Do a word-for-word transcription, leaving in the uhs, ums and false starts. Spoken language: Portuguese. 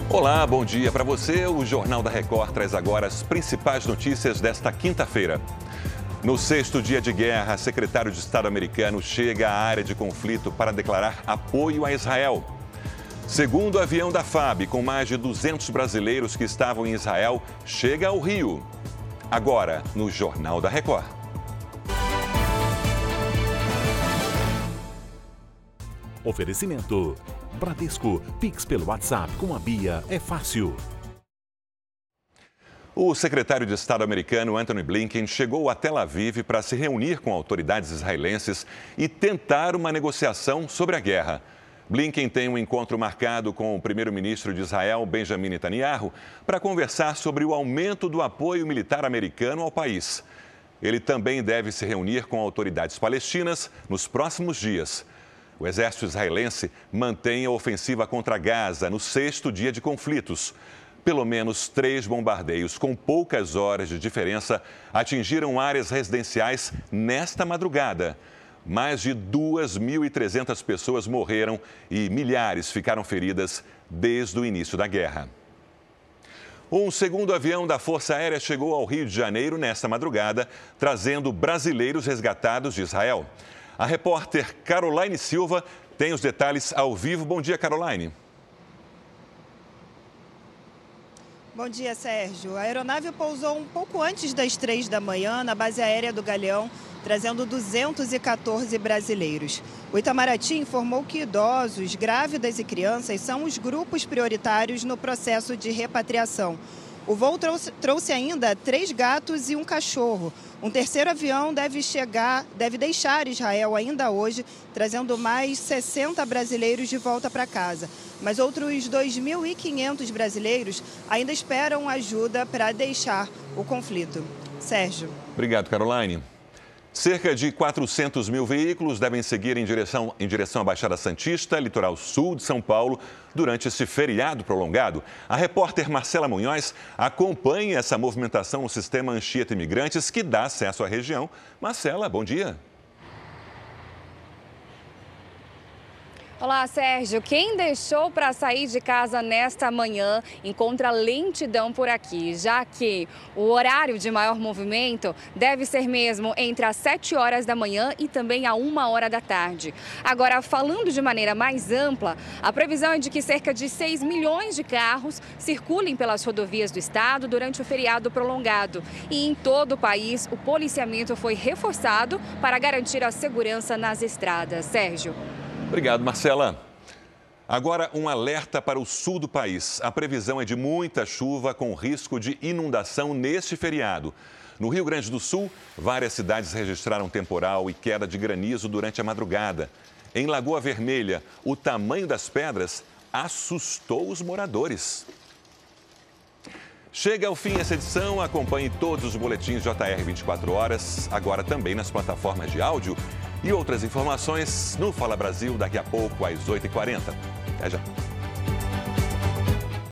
Olá, bom dia para você. O Jornal da Record traz agora as principais notícias desta quinta-feira. No sexto dia de guerra, o secretário de Estado americano chega à área de conflito para declarar apoio a Israel. Segundo avião da F A B, com mais de duzentos brasileiros que estavam em Israel, chega ao Rio. Agora, no Jornal da Record. Oferecimento. Bradesco, Pix pelo WhatsApp com a Bia é fácil. O secretário de Estado americano Antony Blinken chegou a Tel Aviv para se reunir com autoridades israelenses e tentar uma negociação sobre a guerra. Blinken tem um encontro marcado com o primeiro-ministro de Israel, Benjamin Netanyahu, para conversar sobre o aumento do apoio militar americano ao país. Ele também deve se reunir com autoridades palestinas nos próximos dias. O exército israelense mantém a ofensiva contra Gaza no sexto dia de conflitos. Pelo menos três bombardeios com poucas horas de diferença atingiram áreas residenciais nesta madrugada. Mais de duas mil e trezentas pessoas morreram e milhares ficaram feridas desde o início da guerra. Um segundo avião da Força Aérea chegou ao Rio de Janeiro nesta madrugada, trazendo brasileiros resgatados de Israel. A repórter Caroline Silva tem os detalhes ao vivo. Bom dia, Caroline. Bom dia, Sérgio. A aeronave pousou um pouco antes das três da manhã na base aérea do Galeão, trazendo duzentos e quatorze brasileiros. O Itamaraty informou que idosos, grávidas e crianças são os grupos prioritários no processo de repatriação. O voo trouxe, trouxe ainda três gatos e um cachorro. Um terceiro avião deve chegar, deve deixar Israel ainda hoje, trazendo mais sessenta brasileiros de volta para casa. Mas outros dois mil e quinhentos brasileiros ainda esperam ajuda para deixar o conflito. Sérgio. Obrigado, Caroline. Cerca de quatrocentos mil veículos devem seguir em direção, em direção à Baixada Santista, litoral sul de São Paulo, durante esse feriado prolongado. A repórter Marcela Munhoz acompanha essa movimentação no sistema Anchieta Imigrantes, que dá acesso à região. Marcela, bom dia. Olá, Sérgio. Quem deixou para sair de casa nesta manhã encontra lentidão por aqui, já que o horário de maior movimento deve ser mesmo entre as sete horas da manhã e também a uma hora da tarde. Agora, falando de maneira mais ampla, a previsão é de que cerca de seis milhões de carros circulem pelas rodovias do estado durante o feriado prolongado. E em todo o país, o policiamento foi reforçado para garantir a segurança nas estradas. Sérgio. Obrigado, Marcela. Agora, um alerta para o sul do país. A previsão é de muita chuva com risco de inundação neste feriado. No Rio Grande do Sul, várias cidades registraram temporal e queda de granizo durante a madrugada. Em Lagoa Vermelha, o tamanho das pedras assustou os moradores. Chega ao fim essa edição. Acompanhe todos os boletins J R vinte e quatro horas, agora também nas plataformas de áudio. E outras informações no Fala Brasil daqui a pouco, às oito e quarenta. Até já.